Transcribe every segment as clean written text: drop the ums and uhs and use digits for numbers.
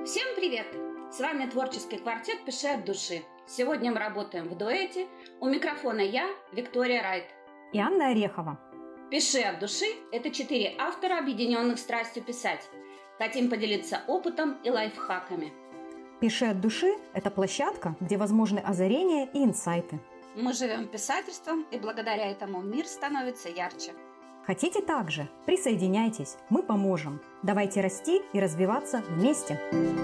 Всем привет! С вами творческий квартет «Пиши от души». Сегодня мы работаем в дуэте. У микрофона я, Виктория Райт. И Анна Орехова. «Пиши от души» – это 4 автора, объединенных страстью писать. Хотим поделиться опытом и лайфхаками. «Пиши от души» – это площадка, где возможны озарения и инсайты. Мы живем писательством, и благодаря этому мир становится ярче. Хотите также? Присоединяйтесь, мы поможем. Давайте расти и развиваться вместе.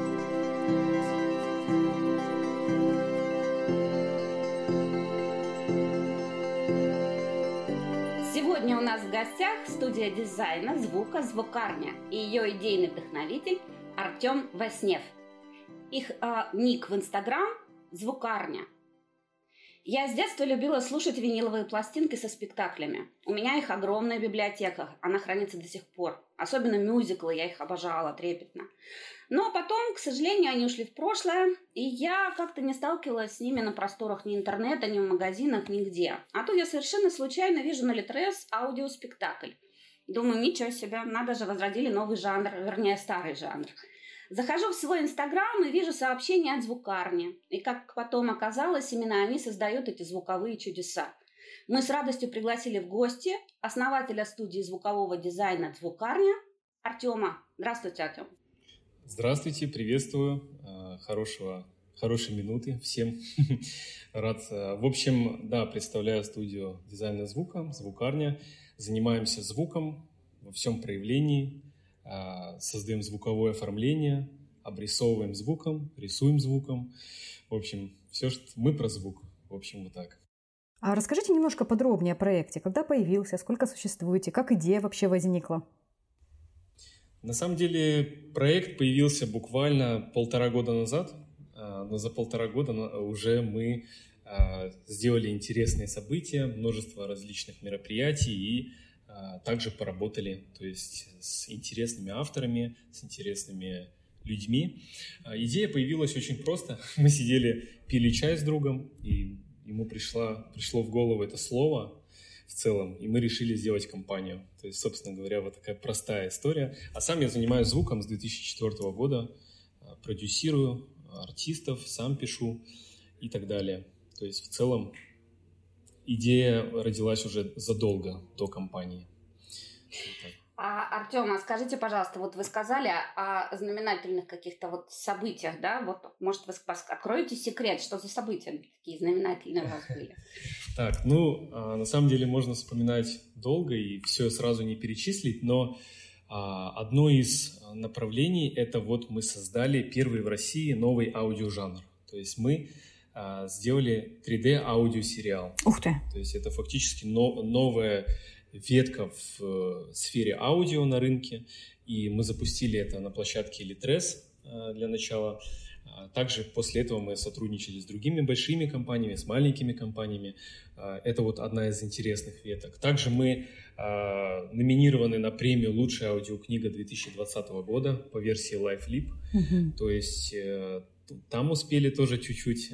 Сегодня у нас в гостях студия дизайна, звука «Звукарня» и ее идейный вдохновитель Артем Васнев. Их ник в Инстаграм «Звукарня». Я с детства любила слушать виниловые пластинки со спектаклями. У меня их огромная библиотека, она хранится до сих пор. Особенно мюзиклы, я их обожала трепетно. Но потом, к сожалению, они ушли в прошлое, и я как-то не сталкивалась с ними на просторах ни интернета, ни в магазинах, нигде. А тут я совершенно случайно вижу на Литрес аудиоспектакль. Думаю, ничего себе, надо же, возродили новый жанр, вернее, старый жанр. Захожу в свой Инстаграм и вижу сообщения от звукарни. И как потом оказалось, именно они создают эти звуковые чудеса. Мы с радостью пригласили в гости основателя студии звукового дизайна «Звукарня» Артема. Здравствуйте, Артем. Здравствуйте, приветствую. Хорошей минуты всем. Рад. В общем, да, представляю студию дизайна звука «Звукарня». Занимаемся звуком во всем проявлении. Создаем звуковое оформление, обрисовываем звуком, рисуем звуком. В общем, все, что мы про звук. В общем, вот так. А расскажите немножко подробнее о проекте. Когда появился, сколько существуете, как идея вообще возникла? На самом деле проект появился буквально 1,5 года назад, но за 1,5 года уже мы сделали интересные события, множество различных мероприятий и также поработали, то есть с интересными авторами, с интересными людьми. Идея появилась очень просто. Мы сидели, пили чай с другом, и ему пришло в голову это слово в целом, и мы решили сделать компанию. То есть, собственно говоря, вот такая простая история. А сам я занимаюсь звуком с 2004 года, продюсирую артистов, сам пишу и так далее. То есть, в целом, идея родилась уже задолго до компании. Артем, а скажите, пожалуйста, вот вы сказали о знаменательных каких-то вот событиях, да? Вот, может, вы откроете секрет, что за события такие знаменательные у вас были? Так, на самом деле можно вспоминать долго и все сразу не перечислить, но одно из направлений – это вот мы создали первый в России новый аудиожанр. То есть мы сделали 3D-аудиосериал. Ух ты! То есть это фактически новая ветка в сфере аудио на рынке, и мы запустили это на площадке Литрес для начала. Также после этого мы сотрудничали с другими большими компаниями, с маленькими компаниями. Это вот одна из интересных веток. Также мы номинированы на премию «Лучшая аудиокнига 2020 года» по версии LiveLib. То есть там успели тоже чуть-чуть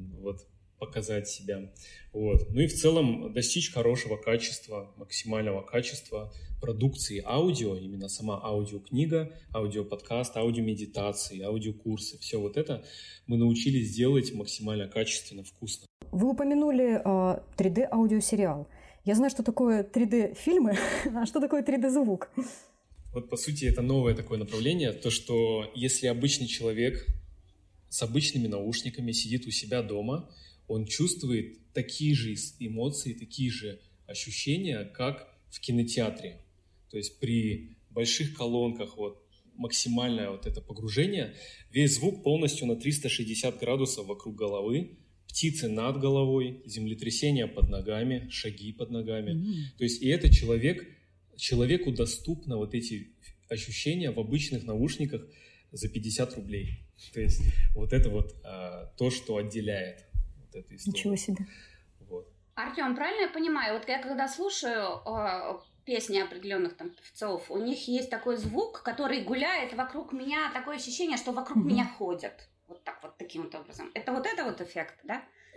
показать себя. Вот. Ну и в целом достичь хорошего качества, максимального качества продукции аудио, именно сама аудиокнига, аудиоподкаст, аудиомедитации, аудиокурсы. Все вот это мы научились делать максимально качественно, вкусно. Вы упомянули 3D-аудиосериал. Я знаю, что такое 3D-фильмы, а что такое 3D-звук? Вот по сути это новое такое направление, то что если обычный человек с обычными наушниками сидит у себя дома, он чувствует такие же эмоции, такие же ощущения, как в кинотеатре. То есть при больших колонках максимальное это погружение, весь звук полностью на 360 градусов вокруг головы, птицы над головой, землетрясения под ногами, шаги под ногами. То есть и это человеку доступно вот эти ощущения в обычных наушниках за 50 рублей. То есть вот это то, что отделяет эту историю. Ничего себе. Вот. Артем, правильно я понимаю, вот я когда слушаю песни определенных там певцов, у них есть такой звук, который гуляет вокруг меня, такое ощущение, что вокруг меня ходят. Вот так вот, таким вот образом. Это вот эффект, да?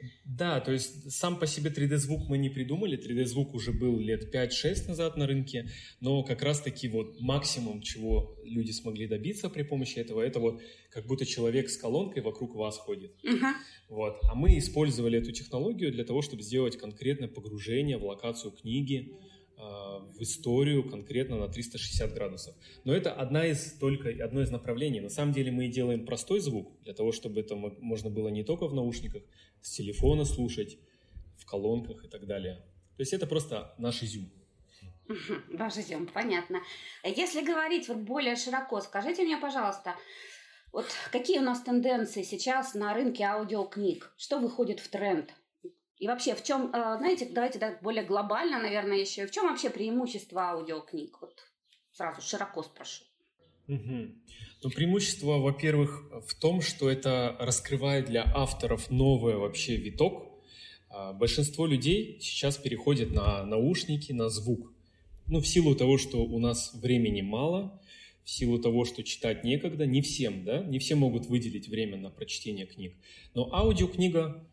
Да, то есть сам по себе 3D-звук мы не придумали. 3D-звук уже был лет 5-6 назад на рынке, но как раз-таки вот максимум, чего люди смогли добиться при помощи этого, это вот как будто человек с колонкой вокруг вас ходит. Вот. А мы использовали эту технологию для того, чтобы сделать конкретное погружение в локацию книги, в историю конкретно на 360 градусов. Но это одно из направлений. На самом деле мы делаем простой звук, для того, чтобы это можно было не только в наушниках, с телефона слушать, в колонках и так далее. То есть это просто наш изюм. Ваш изюм, понятно. Если говорить вот более широко, скажите мне, пожалуйста, вот какие у нас тенденции сейчас на рынке аудиокниг? Что выходит в тренд? И вообще, в чем, знаете, давайте более глобально, наверное, еще, в чем вообще преимущество аудиокниг? Вот сразу широко спрошу. Ну, преимущество, во-первых, в том, что это раскрывает для авторов новый вообще виток. Большинство людей сейчас переходят на наушники, на звук. Ну, в силу того, что у нас времени мало, в силу того, что читать некогда, не всем, да, не все могут выделить время на прочтение книг. Но аудиокнига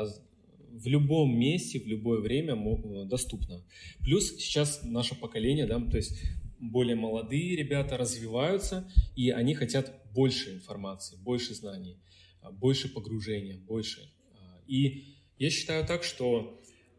в любом месте, в любое время доступна. Плюс сейчас наше поколение, да, то есть более молодые ребята развиваются, и они хотят больше информации, больше знаний, больше погружения, больше. И я считаю так, что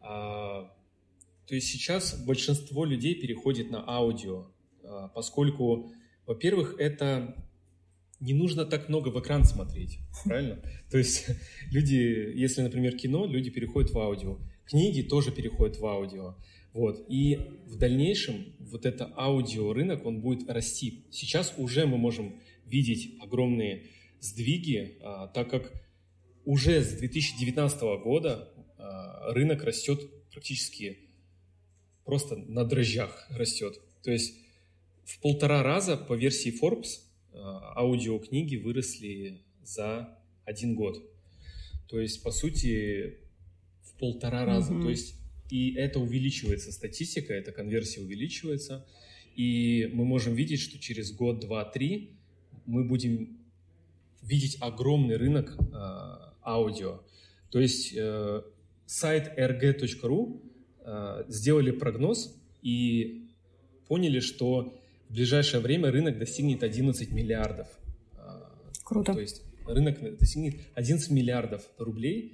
то есть сейчас большинство людей переходит на аудио, поскольку, во-первых, это не нужно так много в экран смотреть, правильно? То есть люди, если, например, кино, люди переходят в аудио, книги тоже переходят в аудио. Вот. И в дальнейшем вот это аудиорынок, он будет расти. Сейчас уже мы можем видеть огромные сдвиги, так как уже с 2019 года рынок растет практически просто на дрожжах растет. То есть в 1,5 раза по версии Forbes аудиокниги выросли за 1 год. То есть, по сути, в 1,5 раза. То есть, и это увеличивается статистика, эта конверсия увеличивается. И мы можем видеть, что через год, 2, 3 мы будем видеть огромный рынок аудио. То есть, сайт rg.ru сделали прогноз и поняли, что в ближайшее время рынок достигнет 11 миллиардов. Круто. То есть рынок достигнет 11 миллиардов рублей,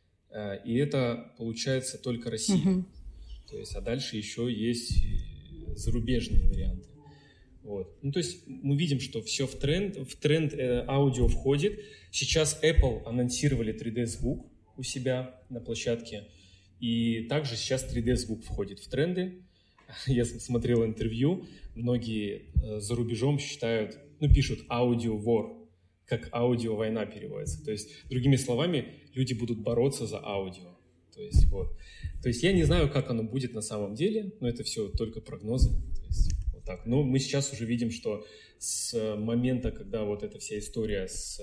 и это получается только Россия. То есть, а дальше еще есть зарубежные варианты. Вот. Ну, то есть мы видим, что все в тренд аудио входит. Сейчас Apple анонсировали 3D-звук у себя на площадке, и также сейчас 3D-звук входит в тренды. Я смотрел интервью, многие за рубежом считают, пишут «аудио-вор», как «аудио-война» переводится. То есть, другими словами, люди будут бороться за аудио. То есть я не знаю, как оно будет на самом деле, но это все только прогнозы. То есть, вот так. Но мы сейчас уже видим, что с момента, когда вот эта вся история с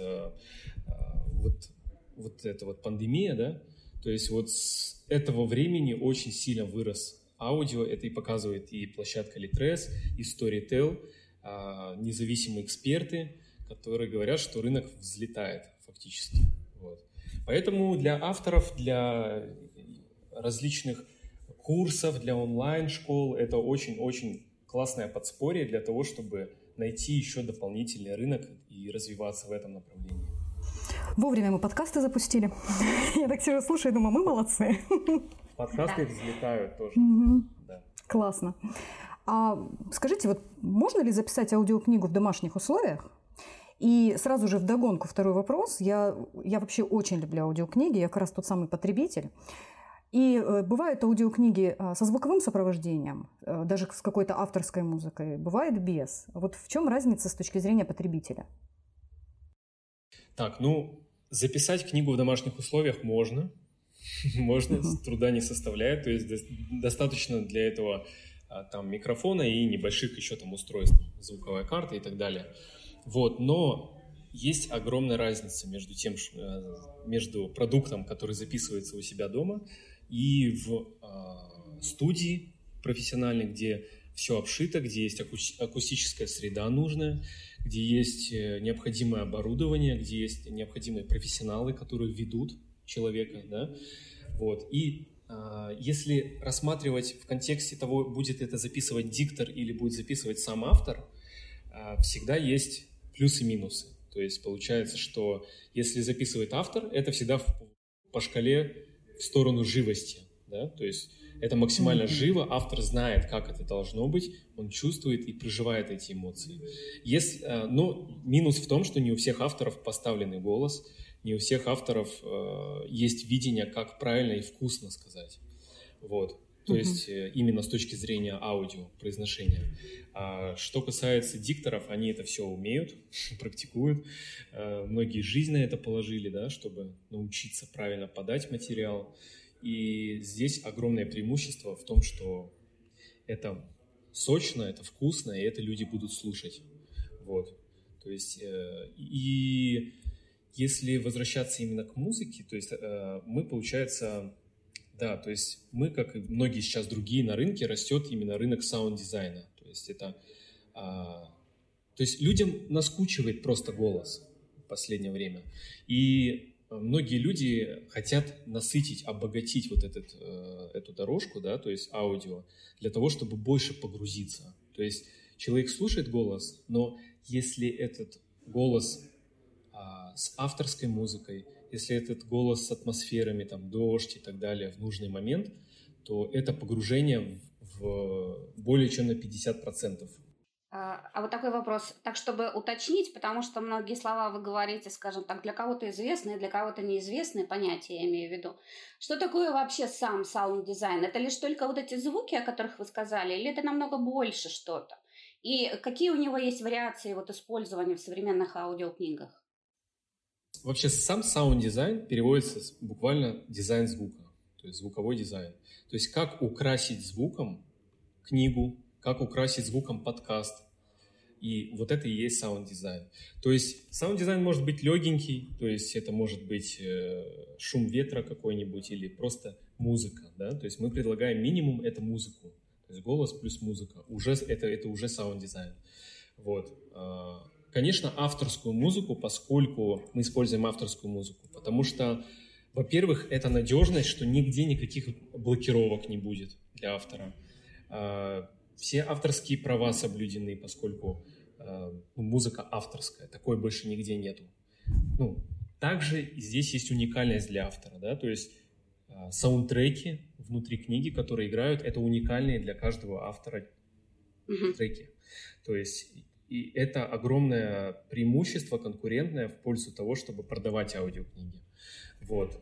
вот эта вот пандемия, да, то есть вот с этого времени очень сильно вырос аудио. Это и показывает и площадка Litres, и Storytel, независимые эксперты, которые говорят, что рынок взлетает фактически. Вот. Поэтому для авторов, для различных курсов, для онлайн-школ это очень-очень классное подспорье для того, чтобы найти еще дополнительный рынок и развиваться в этом направлении. Вовремя мы подкасты запустили. Я так сижу, слушаю и думаю, мы молодцы. Подкасты взлетают тоже. Да. Классно. А скажите, вот можно ли записать аудиокнигу в домашних условиях? И сразу же вдогонку второй вопрос. Я вообще очень люблю аудиокниги, я как раз тот самый потребитель. И бывают аудиокниги со звуковым сопровождением, даже с какой-то авторской музыкой, бывает без. Вот в чем разница с точки зрения потребителя? Так, записать книгу в домашних условиях можно. Можно, труда не составляет. То есть достаточно для этого там микрофона и небольших еще там устройств, звуковая карта и так далее. Вот, но есть огромная разница между продуктом, который записывается у себя дома, и в студии профессиональной, где все обшито, где есть акустическая среда нужная, где есть необходимое оборудование, где есть необходимые профессионалы, которые ведут человека, да, вот, и если рассматривать в контексте того, будет это записывать диктор или будет записывать сам автор, всегда есть плюсы и минусы. То есть получается, что если записывает автор, это всегда по шкале в сторону живости, да, то есть это максимально живо, автор знает, как это должно быть, он чувствует и проживает эти эмоции. Но минус в том, что не у всех авторов поставленный голос, не у всех авторов есть видение, как правильно и вкусно сказать. Вот. То есть именно с точки зрения аудио, произношения. А что касается дикторов, они это все умеют, практикуют. Многие жизнь на это положили, да, чтобы научиться правильно подать материал. И здесь огромное преимущество в том, что это сочно, это вкусно, и это люди будут слушать. Вот. То есть, и если возвращаться именно к музыке, то есть мы, получается, да, то есть мы, как и многие сейчас другие на рынке, растет именно рынок саунд-дизайна. То есть это, то есть людям наскучивает просто голос в последнее время. И многие люди хотят насытить, обогатить вот эту дорожку, да, то есть аудио, для того, чтобы больше погрузиться. То есть человек слушает голос, но если этот голос с авторской музыкой, если этот голос с атмосферами, там, дождь и так далее в нужный момент, то это погружение в более чем на 50%. А вот такой вопрос, так чтобы уточнить, потому что многие слова вы говорите, скажем так, для кого-то известные, для кого-то неизвестные понятия, я имею в виду. Что такое вообще сам саунд-дизайн? Это лишь только вот эти звуки, о которых вы сказали, или это намного больше что-то? И какие у него есть вариации вот использования в современных аудиокнигах? Вообще сам саунд-дизайн переводится буквально дизайн звука, то есть звуковой дизайн. То есть как украсить звуком книгу, как украсить звуком подкаст. И вот это и есть саунд-дизайн. То есть саунд-дизайн может быть легенький, то есть это может быть шум ветра какой-нибудь или просто музыка. Да? То есть мы предлагаем минимум это музыку. То есть голос плюс музыка. Это уже саунд-дизайн. Вот. Конечно, авторскую музыку, поскольку мы используем авторскую музыку, потому что, во-первых, это надежность, что нигде никаких блокировок не будет для автора. Все авторские права соблюдены, поскольку музыка авторская, такой больше нигде нету. Также здесь есть уникальность для автора, да, то есть саундтреки внутри книги, которые играют, это уникальные для каждого автора треки. То есть и это огромное преимущество конкурентное в пользу того, чтобы продавать аудиокниги. Вот.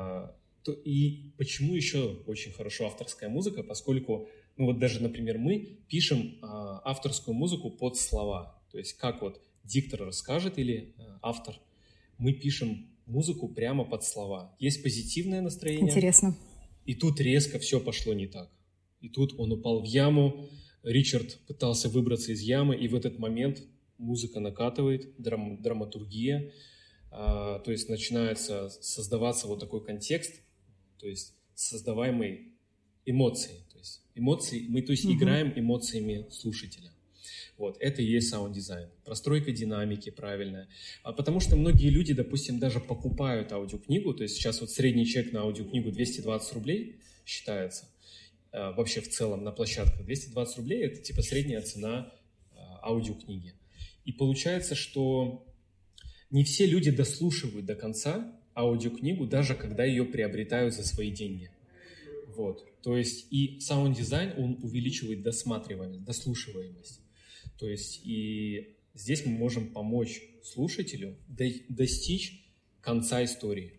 И почему еще очень хорошо авторская музыка, поскольку, вот даже, например, мы пишем авторскую музыку под слова. То есть как вот диктор расскажет или автор, мы пишем музыку прямо под слова. Есть позитивное настроение. Интересно. И тут резко все пошло не так. И тут он упал в яму, Ричард пытался выбраться из ямы, и в этот момент музыка накатывает, драматургия, то есть начинается создаваться вот такой контекст, то есть создаваемые эмоции. То есть эмоции, мы играем эмоциями слушателя. Вот, это и есть саунд-дизайн. Простройка динамики правильная. Потому что многие люди, допустим, даже покупают аудиокнигу, то есть сейчас вот средний чек на аудиокнигу 220 рублей считается. Вообще в целом на площадках 220 рублей – это типа средняя цена аудиокниги. И получается, что не все люди дослушивают до конца аудиокнигу, даже когда ее приобретают за свои деньги. Вот. То есть и саунд-дизайн, он увеличивает дослушиваемость. То есть и здесь мы можем помочь слушателю достичь конца истории.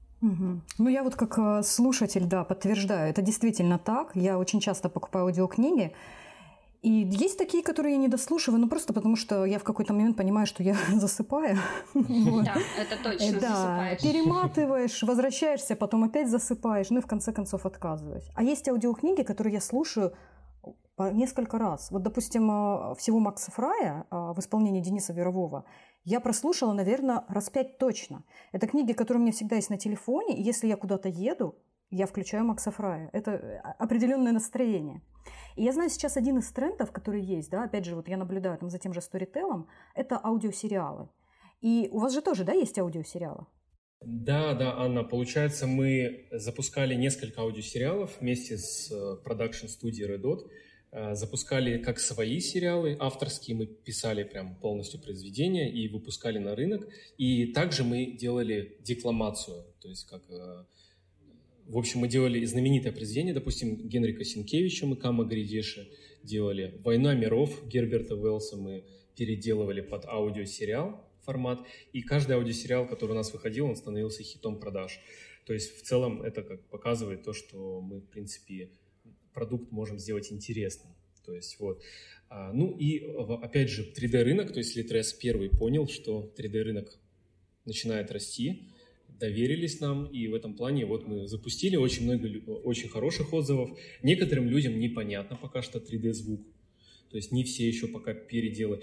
Я вот как слушатель, да, подтверждаю, это действительно так. Я очень часто покупаю аудиокниги, и есть такие, которые я не дослушиваю, просто потому что я в какой-то момент понимаю, что я засыпаю. Да, это точно, засыпаешь. Перематываешь, возвращаешься, потом опять засыпаешь, и в конце концов отказываюсь. А есть аудиокниги, которые я слушаю по несколько раз. Вот, допустим, всего Макса Фрая в исполнении Дениса Верового я прослушала, наверное, раз 5 точно. Это книги, которые у меня всегда есть на телефоне, и если я куда-то еду, я включаю Макса Фрая. Это определенное настроение. И я знаю сейчас один из трендов, который есть, да, опять же, вот я наблюдаю за тем же Storytel, это аудиосериалы. И у вас же тоже, да, есть аудиосериалы? Да, Анна, получается, мы запускали несколько аудиосериалов вместе с продакшн-студией Red Dot. Запускали как свои сериалы авторские, мы писали прям полностью произведения и выпускали на рынок. И также мы делали декламацию, то есть как... В общем, мы делали знаменитое произведение, допустим, Генрика Сенкевича мы Кама Гридеши делали. «Война миров» Герберта Уэллса мы переделывали под аудиосериал формат. И каждый аудиосериал, который у нас выходил, он становился хитом продаж. То есть в целом это как показывает то, что мы, в принципе, продукт можем сделать интересным. То есть вот. Ну и опять же 3D-рынок, то есть Litres первый понял, что 3D-рынок начинает расти, доверились нам, и в этом плане вот мы запустили очень много очень хороших отзывов. Некоторым людям непонятно пока что 3D-звук, то есть не все еще пока перешли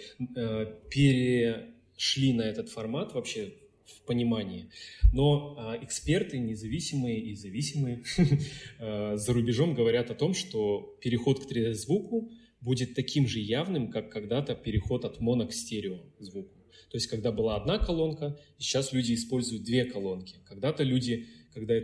на этот формат вообще в понимании. Но эксперты независимые и зависимые за рубежом говорят о том, что переход к 3D-звуку будет таким же явным, как когда-то переход от моно к стерео звуку. То есть, когда была одна колонка, сейчас люди используют две колонки. Когда-то люди, когда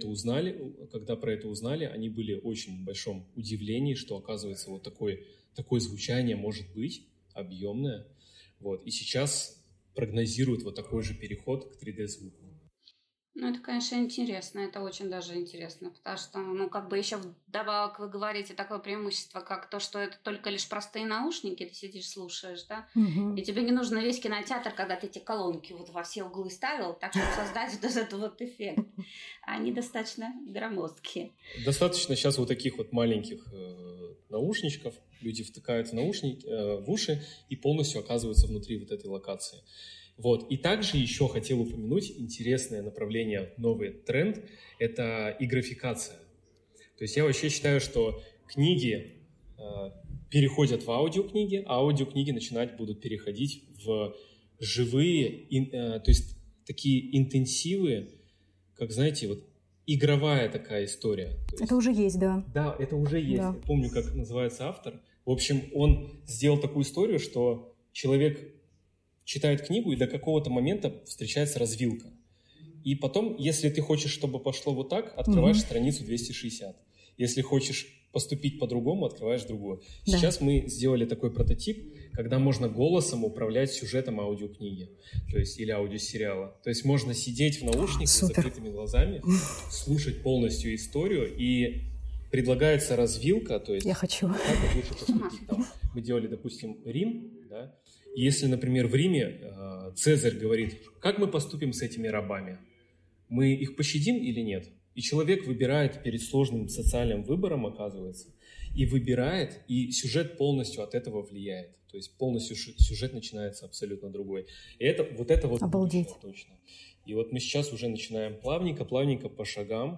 про это узнали, они были в очень большом удивлении, что, оказывается, вот такое звучание может быть, объемное. Вот. И сейчас прогнозируют вот такой же переход к 3D-звуку. Ну, это, конечно, интересно, это очень даже интересно, потому что, ну, как бы еще вдобавок вы говорите такое преимущество, как то, что это только лишь простые наушники, ты сидишь, слушаешь, да, и тебе не нужно весь кинотеатр, когда ты эти колонки вот во все углы ставил, так, чтобы создать вот этот вот эффект. Они достаточно громоздкие. Достаточно сейчас вот таких вот маленьких наушничков, люди втыкают в наушники, в уши и полностью оказываются внутри вот этой локации. Вот. И также еще хотел упомянуть интересное направление, новый тренд – это игрофикация. То есть я вообще считаю, что книги переходят в аудиокниги, а аудиокниги будут переходить в живые, то есть такие интенсивы, как, знаете, вот игровая такая история. То есть, это уже есть, да. Да, это уже есть. Да. Я помню, как называется автор. В общем, он сделал такую историю, что человек читает книгу, и до какого-то момента встречается развилка. И потом, если ты хочешь, чтобы пошло вот так, открываешь страницу 260. Если хочешь поступить по-другому, открываешь другую. Да. Сейчас мы сделали такой прототип, когда можно голосом управлять сюжетом аудиокниги, то есть или аудиосериала. То есть можно сидеть в наушниках с закрытыми глазами, слушать полностью историю, и предлагается развилка, то есть я хочу. Как лучше поступить. Там, мы делали, допустим, Рим, да? Если, например, в Риме Цезарь говорит, как мы поступим с этими рабами? Мы их пощадим или нет? И человек выбирает перед сложным социальным выбором, оказывается, и выбирает, и сюжет полностью от этого влияет. То есть полностью сюжет начинается абсолютно другой. И это вот обалдеть. Точно. И вот мы сейчас уже начинаем плавненько по шагам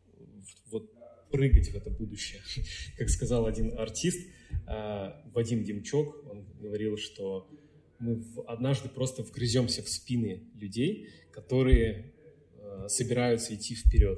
вот прыгать в это будущее. Как сказал один артист, Вадим Демчок, он говорил, что мы однажды просто вгрыземся в спины людей, которые собираются идти вперед.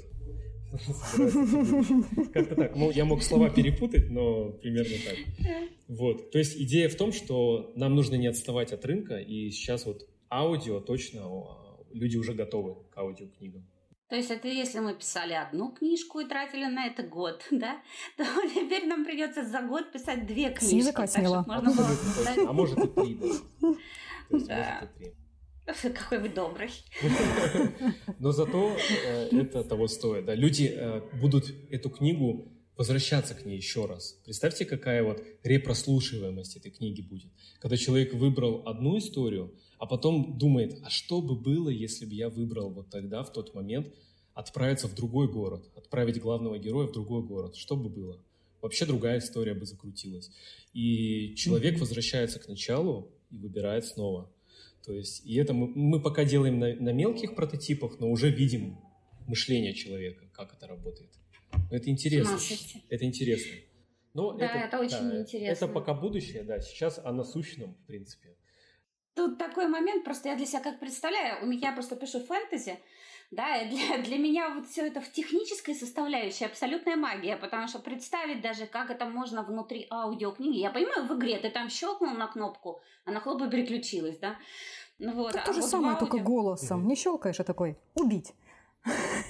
Как-то так. Ну, я мог слова перепутать, но примерно так. Вот. То есть идея в том, что нам нужно не отставать от рынка, и сейчас вот аудио точно, люди уже готовы к аудиокнигам. То есть это если мы писали одну книжку и тратили на это год, да, то теперь нам придется за год писать 2 книжки. С языка сняла. А может и 3, да. То есть да. может и 3. Какой вы добрый. Но зато это того стоит. Да. Люди будут эту книгу возвращаться к ней еще раз. Представьте, какая вот репрослушиваемость этой книги будет. Когда человек выбрал одну историю, а потом думает, а что бы было, если бы я выбрал вот тогда, в тот момент, отправиться в другой город, отправить главного героя в другой город. Что бы было? Вообще другая история бы закрутилась. И человек возвращается к началу и выбирает снова. То есть, и это мы пока делаем на мелких прототипах, но уже видим мышление человека, как это работает. Это интересно. Это интересно. Но да, это очень интересно. Это пока будущее, да. Сейчас о насущном, в принципе. Тут такой момент, просто я для себя как представляю, я просто пишу фэнтези, да, и для меня вот все это в технической составляющей абсолютная магия, потому что представить даже, как это можно внутри аудиокниги, я понимаю, в игре ты там щелкнул на кнопку, она хлопа переключилась, да. Вот. Это то же самое, только голосом. Не щелкаешь, а такой убить.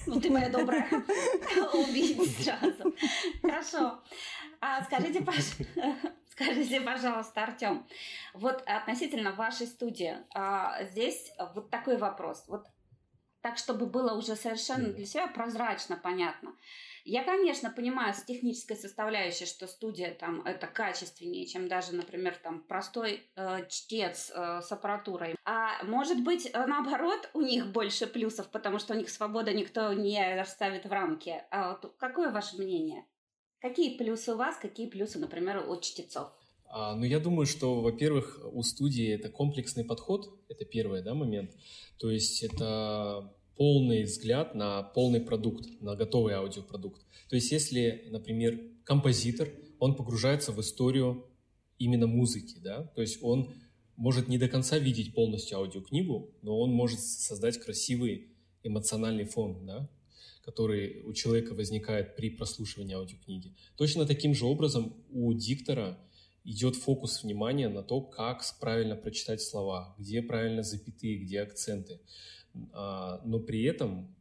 Ну, ты моя добрая. Убить сразу. Хорошо. Скажите, пожалуйста, Артем, вот относительно вашей студии, здесь вот такой вопрос. Вот так, чтобы было уже совершенно для себя прозрачно понятно. Я, конечно, понимаю с технической составляющей, что студия там это качественнее, чем даже, например, там простой чтец с аппаратурой. А может быть, наоборот, у них больше плюсов, потому что у них свобода никто не расставит в рамки. А вот какое ваше мнение? Какие плюсы у вас, какие плюсы, например, у чтецов? Ну, я думаю, что, во-первых, у студии это комплексный подход, это первый, да, момент. То есть это полный взгляд на полный продукт, на готовый аудиопродукт. То есть если, например, композитор, он погружается в историю именно музыки, да, то есть он может не до конца видеть полностью аудиокнигу, но он может создать красивый эмоциональный фон, да, который у человека возникает при прослушивании аудиокниги. Точно таким же образом у диктора идет фокус внимания на то, как правильно прочитать слова, где правильно запятые, где акценты. Но при этом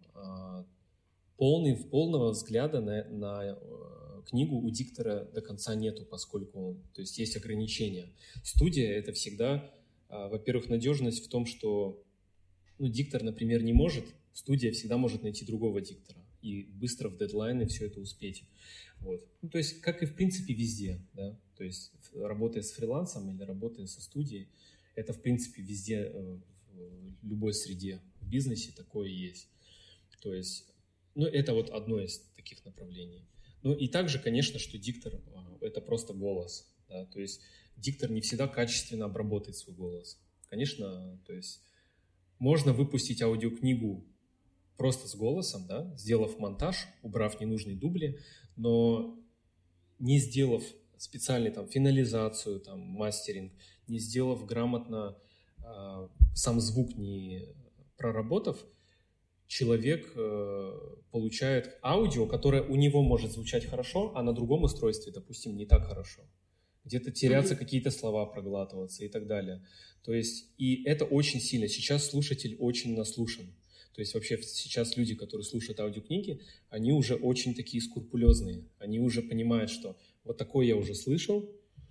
полного взгляда на книгу у диктора до конца нету, поскольку то есть есть ограничения. Студия — это всегда, во-первых, надежность в том, что диктор, например, не может, студия всегда может найти другого диктора и быстро в дедлайны все это успеть. Вот. То есть, как и в принципе везде, да, то есть работая с фрилансом или работая со студией, это в принципе везде, в любой среде, в бизнесе такое есть. То есть, это вот одно из таких направлений. И также, конечно, что диктор — это просто голос, да, то есть диктор не всегда качественно обработает свой голос. Конечно, то есть можно выпустить аудиокнигу просто с голосом, да, сделав монтаж, убрав ненужные дубли, но не сделав специальный там финализацию, там мастеринг, не сделав грамотно сам звук, не проработав, человек получает аудио, которое у него может звучать хорошо, а на другом устройстве, допустим, не так хорошо. Где-то теряться какие-то слова, проглатываться и так далее. То есть, и это очень сильно. Сейчас слушатель очень наслушан. То есть вообще сейчас люди, которые слушают аудиокниги, они уже очень такие скрупулезные. Они уже понимают, что вот такое я уже слышал,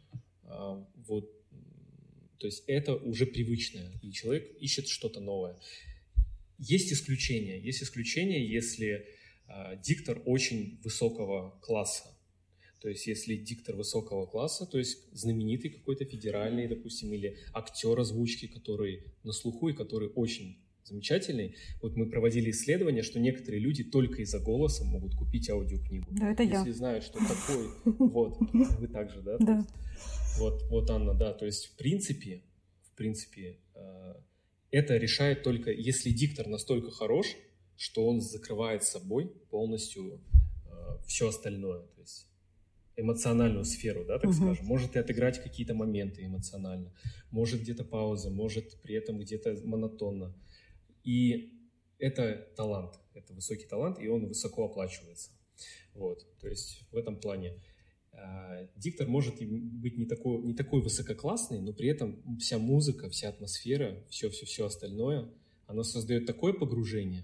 вот, то есть это уже привычное, и человек ищет что-то новое. Есть исключения, если диктор очень высокого класса. То есть если диктор высокого класса, то есть знаменитый какой-то федеральный, допустим, или актер озвучки, который на слуху и который очень замечательный. Вот мы проводили исследование, что некоторые люди только из-за голоса могут купить аудиокнигу. Да, это если я. знают, что такой... Вот, вы также, да? Да. Вот, Анна, да. То есть, в принципе, это решает только, если диктор настолько хорош, что он закрывает собой полностью все остальное. То есть эмоциональную сферу, да, так скажем. Может и отыграть какие-то моменты эмоционально, может где-то паузы, может при этом где-то монотонно. И это талант, это высокий талант, и он высоко оплачивается. Вот, то есть в этом плане диктор может быть не такой высококлассный, но при этом вся музыка, вся атмосфера, все остальное, оно создает такое погружение,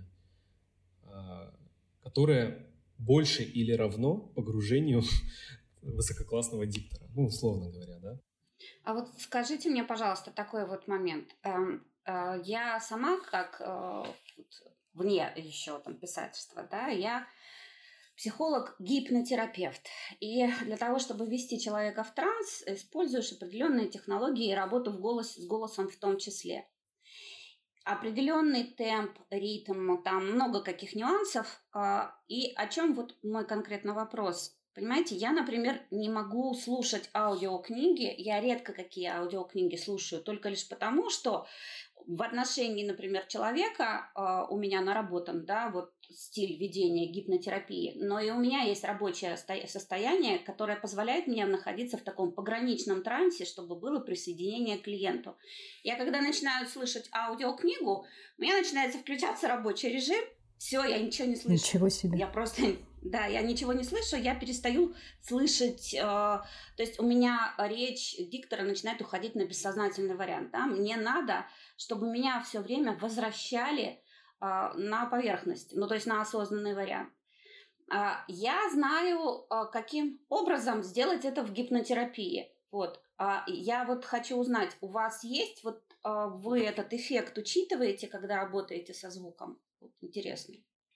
которое больше или равно погружению высококлассного диктора, условно говоря, да. А вот скажите мне, пожалуйста, такой вот момент. Я сама, как вне еще там писательства, да, я психолог-гипнотерапевт. И для того, чтобы ввести человека в транс, используешь определенные технологии и работу с голосом в том числе. Определенный темп, ритм, там много каких нюансов. И о чем вот мой конкретный вопрос? Понимаете, я, например, не могу слушать аудиокниги, я редко какие аудиокниги слушаю, только лишь потому, что в отношении, например, человека у меня наработан, да, вот стиль ведения гипнотерапии, но и у меня есть рабочее состояние, которое позволяет мне находиться в таком пограничном трансе, чтобы было присоединение к клиенту. Я когда начинаю слышать аудиокнигу, у меня начинается включаться рабочий режим, все, я ничего не слышу. Ничего себе. Я ничего не слышу, я перестаю слышать, то есть у меня речь диктора начинает уходить на бессознательный вариант. Да? Мне надо, чтобы меня все время возвращали на поверхность, ну, то есть на осознанный вариант. Я знаю, каким образом сделать это в гипнотерапии. Вот. Я вот хочу узнать, у вас есть, вот вы этот эффект учитываете, когда работаете со звуком? Вот, интересно.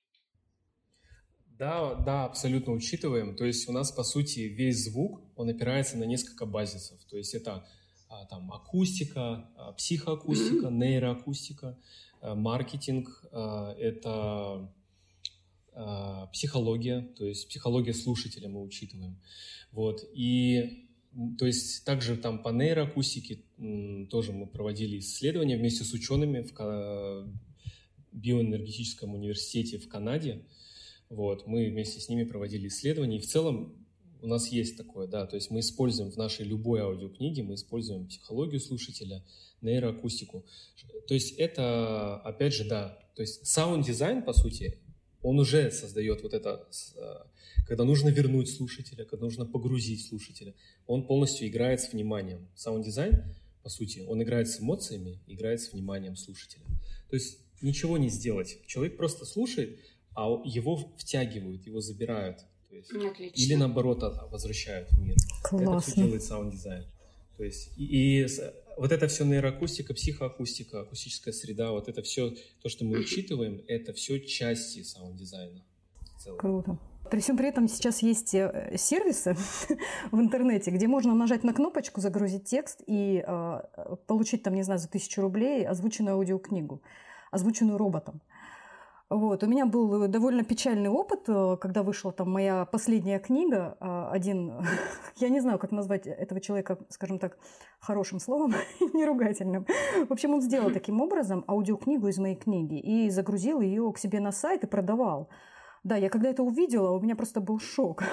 Да, абсолютно учитываем. То есть у нас, по сути, весь звук, он опирается на несколько базисов. То есть это там акустика, психоакустика, нейроакустика, маркетинг, это психология, то есть психология слушателя мы учитываем. Вот. И то есть также там по нейроакустике тоже мы проводили исследования вместе с учеными в биоэнергетическом университете в Канаде. Вот. Мы вместе с ними проводили исследования. И в целом у нас есть такое, да, то есть мы используем в нашей любой аудиокниге, мы используем психологию слушателя, нейроакустику. То есть это, опять же, да, то есть саунд-дизайн, по сути, он уже создает вот это, когда нужно вернуть слушателя, когда нужно погрузить слушателя, он полностью играет с вниманием. Саунд-дизайн, по сути, он играет с эмоциями, играет с вниманием слушателя. То есть ничего не сделать. Человек просто слушает, а его втягивают, его забирают. То есть, или наоборот возвращают в мир. Классно. Это все делает саунд-дизайн. То есть и вот это все нейроакустика, психоакустика, акустическая среда, вот это все, то, что мы учитываем, это все части саунд-дизайна. Круто. При всем при этом сейчас есть сервисы в интернете, где можно нажать на кнопочку, загрузить текст и получить там, не знаю, за 1000 рублей озвученную аудиокнигу, озвученную роботом. Вот. У меня был довольно печальный опыт, когда вышла там моя последняя книга. Я не знаю, как назвать этого человека, скажем так, хорошим словом, не ругательным. В общем, он сделал таким образом аудиокнигу из моей книги и загрузил ее к себе на сайт и продавал. Да, я когда это увидела, у меня просто был шок.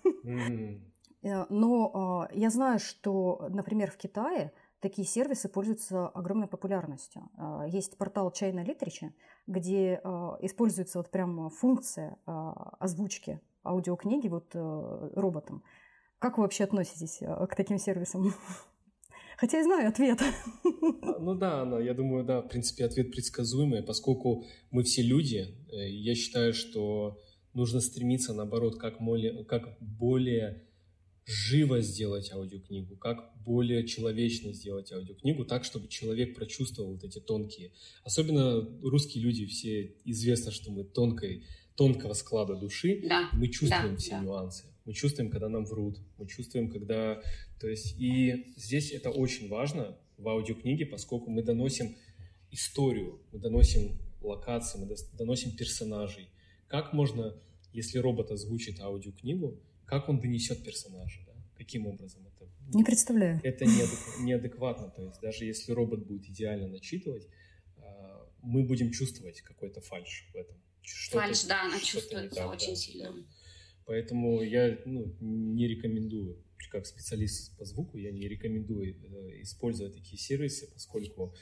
Но я знаю, что, например, в Китае такие сервисы пользуются огромной популярностью. Есть портал China Literature, где используется вот прям функция озвучки аудиокниги вот роботом. Как вы вообще относитесь к таким сервисам? Хотя я знаю ответ. Ну да, я думаю, да, в принципе, ответ предсказуемый, поскольку мы все люди. Я считаю, что нужно стремиться, наоборот, как более живо сделать аудиокнигу, как более человечно сделать аудиокнигу, так, чтобы человек прочувствовал вот эти тонкие. Особенно русские люди, все известно, что мы тонкого склада души, да, мы чувствуем все нюансы. Мы чувствуем, когда нам врут, мы чувствуем, когда... То есть, и здесь это очень важно в аудиокниге, поскольку мы доносим историю, мы доносим локации, мы доносим персонажей. Как можно, если робот озвучит аудиокнигу, как он донесет персонажа, да? Каким образом это? Не представляю. Это неадекватно. То есть даже если робот будет идеально начитывать, мы будем чувствовать какой-то фальшь в этом. Фальшь, да, она чувствуется очень сильно. Да. Поэтому я не рекомендую, как специалист по звуку, я не рекомендую использовать такие сервисы, поскольку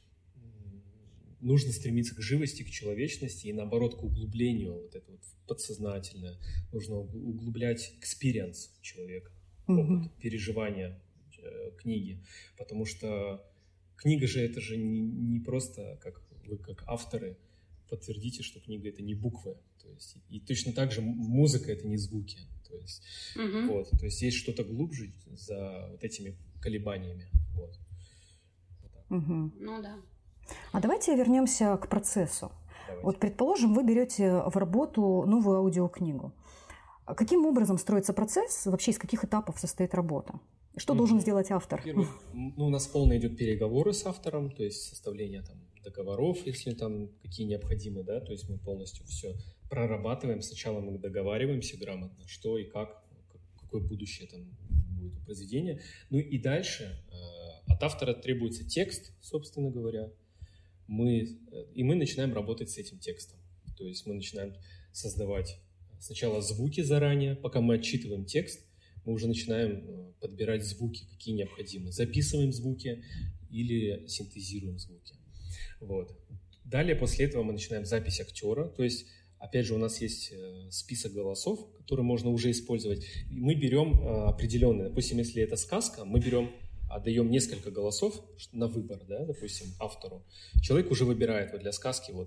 нужно стремиться к живости, к человечности и, наоборот, к углублению, вот это вот подсознательное. Нужно углублять experience человека, опыт переживания книги. Потому что книга же, это же не просто, как вы, как авторы, подтвердите, что книга — это не буквы. То есть, и точно так же музыка — это не звуки. То есть, то есть есть что-то глубже за вот этими колебаниями. Вот. Ну да. А давайте вернемся к процессу. Давайте. Вот, предположим, вы берете в работу новую аудиокнигу. Каким образом строится процесс? Вообще из каких этапов состоит работа? Что должен сделать автор? Во-первых, у нас полно идет переговоры с автором, то есть составление там договоров, если там какие необходимы, да, то есть мы полностью все прорабатываем. Сначала мы договариваемся грамотно, что и как, какое будущее там будет у произведения. Ну и дальше от автора требуется текст, собственно говоря. Мы начинаем работать с этим текстом. То есть мы начинаем создавать сначала звуки заранее, пока мы отчитываем текст, мы уже начинаем подбирать звуки, какие необходимы. Записываем звуки или синтезируем звуки. Вот. Далее, после этого мы начинаем запись актера. То есть, опять же, у нас есть список голосов, которые можно уже использовать. Мы берем определенные, допустим, если это сказка, мы отдаем несколько голосов на выбор, да, допустим, автору. Человек уже выбирает вот для сказки вот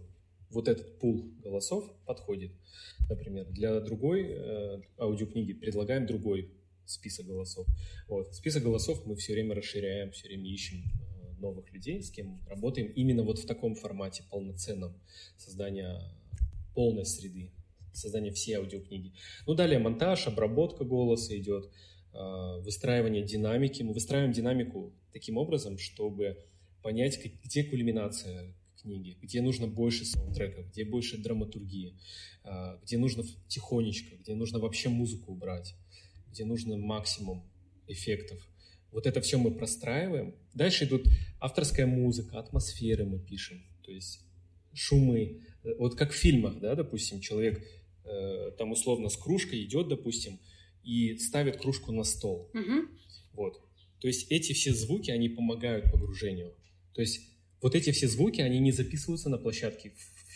вот этот пул голосов подходит. Например, для другой аудиокниги предлагаем другой список голосов. Вот. Список голосов мы все время расширяем, все время ищем новых людей, с кем работаем именно вот в таком формате полноценном создания полной среды, создания всей аудиокниги. Ну, далее монтаж, обработка голоса идет, выстраивание динамики. Мы выстраиваем динамику таким образом, чтобы понять, где кульминация книги, где нужно больше саундтреков, где больше драматургии, где нужно тихонечко, где нужно вообще музыку убрать, где нужно максимум эффектов. Вот это все мы простраиваем. Дальше идут авторская музыка, атмосферы мы пишем, то есть шумы. Вот как в фильмах, да, допустим, человек там условно с кружкой идет, допустим, и ставит кружку на стол. Вот. То есть эти все звуки, они помогают погружению. То есть вот эти все звуки, они не записываются на площадке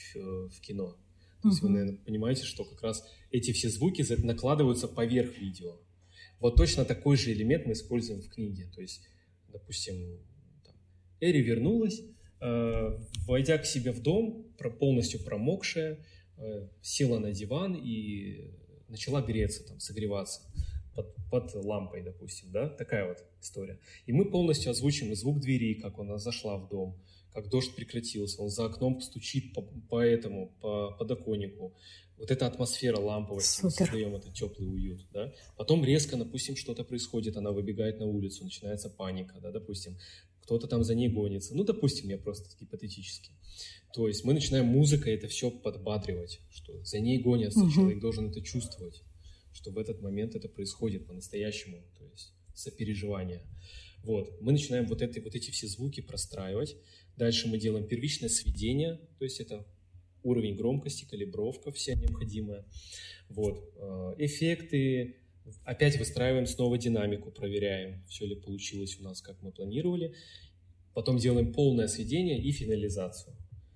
в кино. То есть вы, наверное, понимаете, что как раз эти все звуки накладываются поверх видео. Вот точно такой же элемент мы используем в книге. То есть, допустим, там, Эри вернулась, войдя к себе в дом, полностью промокшая, села на диван и начала греться, там, согреваться под лампой, допустим, да, такая вот история. И мы полностью озвучим звук двери, как она зашла в дом, как дождь прекратился, он за окном стучит по подоконнику. Вот эта атмосфера ламповости, мы создаем этот теплый уют, да. Потом резко, допустим, что-то происходит, она выбегает на улицу, начинается паника, да, допустим, кто-то там за ней гонится. Ну, допустим, я просто гипотетически. То есть мы начинаем музыкой это все подбадривать, что за ней гонятся, человек должен это чувствовать, что в этот момент это происходит по-настоящему, то есть сопереживание. Вот. Мы начинаем вот эти все звуки простраивать. Дальше мы делаем первичное сведение, то есть это уровень громкости, калибровка вся необходимая. Вот. Эффекты. Опять выстраиваем снова динамику, проверяем, все ли получилось у нас, как мы планировали. Потом делаем полное сведение и финализацию.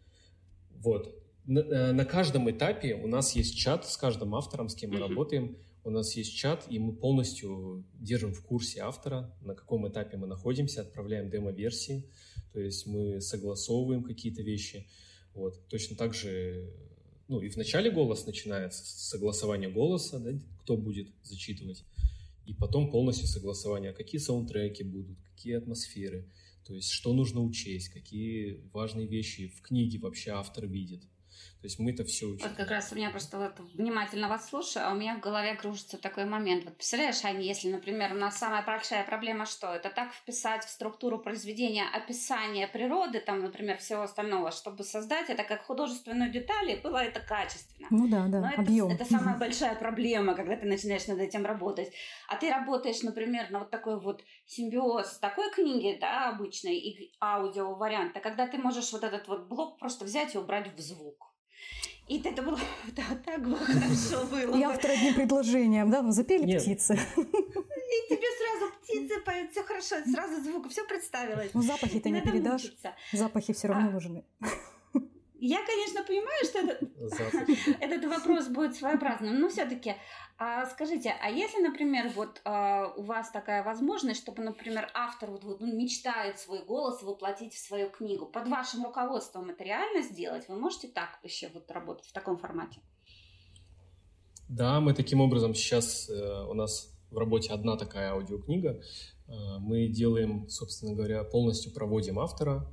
Вот. На каждом этапе у нас есть чат с каждым автором, с кем мы работаем. У нас есть чат, и мы полностью держим в курсе автора, на каком этапе мы находимся, отправляем демо-версии, то есть мы согласовываем какие-то вещи. Вот. Точно так же, ну и в начале голос начинается с согласования голоса, да, кто будет зачитывать, и потом полностью согласование, какие саундтреки будут, какие атмосферы, то есть что нужно учесть, какие важные вещи в книге вообще автор видит. То есть мы это все учим. Вот как раз у меня просто вот внимательно вас слушаю, а у меня в голове кружится такой момент. Вот представляешь, Аня, если, например, у нас самая большая проблема что? Это так вписать в структуру произведения описание природы, там, например, всего остального, чтобы создать это как художественную деталь, и было это качественно. Ну да, объем. Это самая большая проблема, когда ты начинаешь над этим работать. А ты работаешь, например, на вот такой вот симбиоз такой книги, да, обычной, и аудиоварианта, когда ты можешь вот этот вот блок просто взять и убрать в звук. И это было, да, так было хорошо было. И автор одним предложением, да, запели Нет. птицы. И тебе сразу птицы поют, все хорошо, сразу звук, все представилось. Но запахи ты не передашь, запахи все равно нужны. Я, конечно, понимаю, что этот вопрос будет своеобразным, но все-таки скажите, а если, например, вот у вас такая возможность, чтобы, например, автор мечтает свой голос воплотить в свою книгу, под вашим руководством это реально сделать? Вы можете так еще вот работать в таком формате? Да, мы таким образом сейчас у нас в работе одна такая аудиокнига. Мы делаем, собственно говоря, полностью проводим автора